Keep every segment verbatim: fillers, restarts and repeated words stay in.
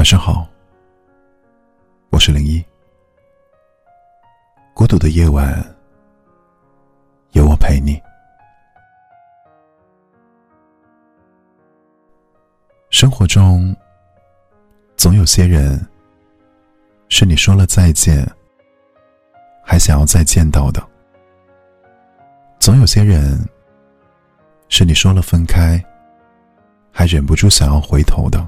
晚上好，我是零一。孤独的夜晚，有我陪你。生活中，总有些人是你说了再见，还想要再见到的；总有些人是你说了分开，还忍不住想要回头的。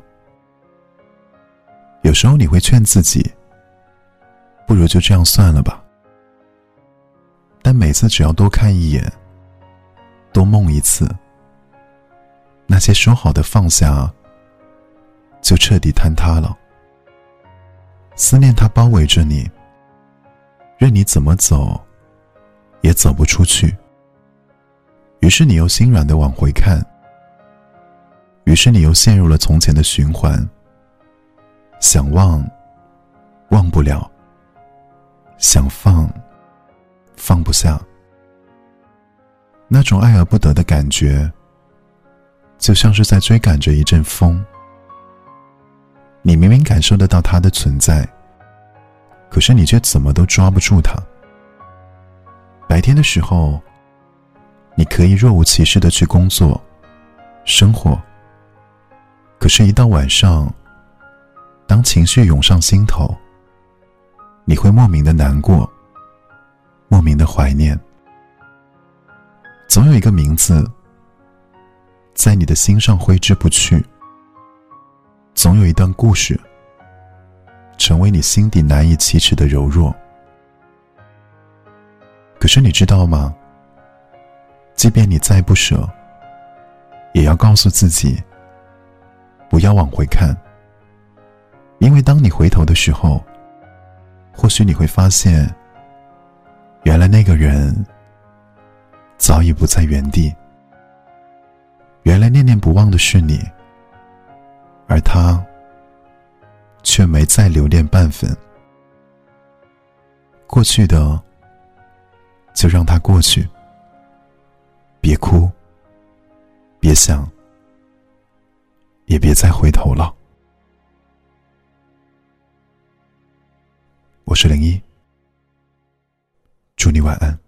有时候你会劝自己，不如就这样算了吧。但每次只要多看一眼，多梦一次，那些说好的放下就彻底坍塌了。思念它包围着你，任你怎么走也走不出去。于是你又心软地往回看，于是你又陷入了从前的循环，想忘忘不了，想放放不下。那种爱而不得的感觉，就像是在追赶着一阵风。你明明感受得到它的存在，可是你却怎么都抓不住它。白天的时候，你可以若无其事地去工作生活，可是一到晚上，当情绪涌上心头，你会莫名的难过，莫名的怀念。总有一个名字在你的心上挥之不去，总有一段故事成为你心底难以启齿的柔弱。可是你知道吗？即便你再不舍，也要告诉自己不要往回看，因为当你回头的时候，或许你会发现，原来那个人早已不在原地，原来念念不忘的是你，而他却没再留恋半分。过去的就让它过去，别哭，别想，也别再回头了。我是零一，祝你晚安。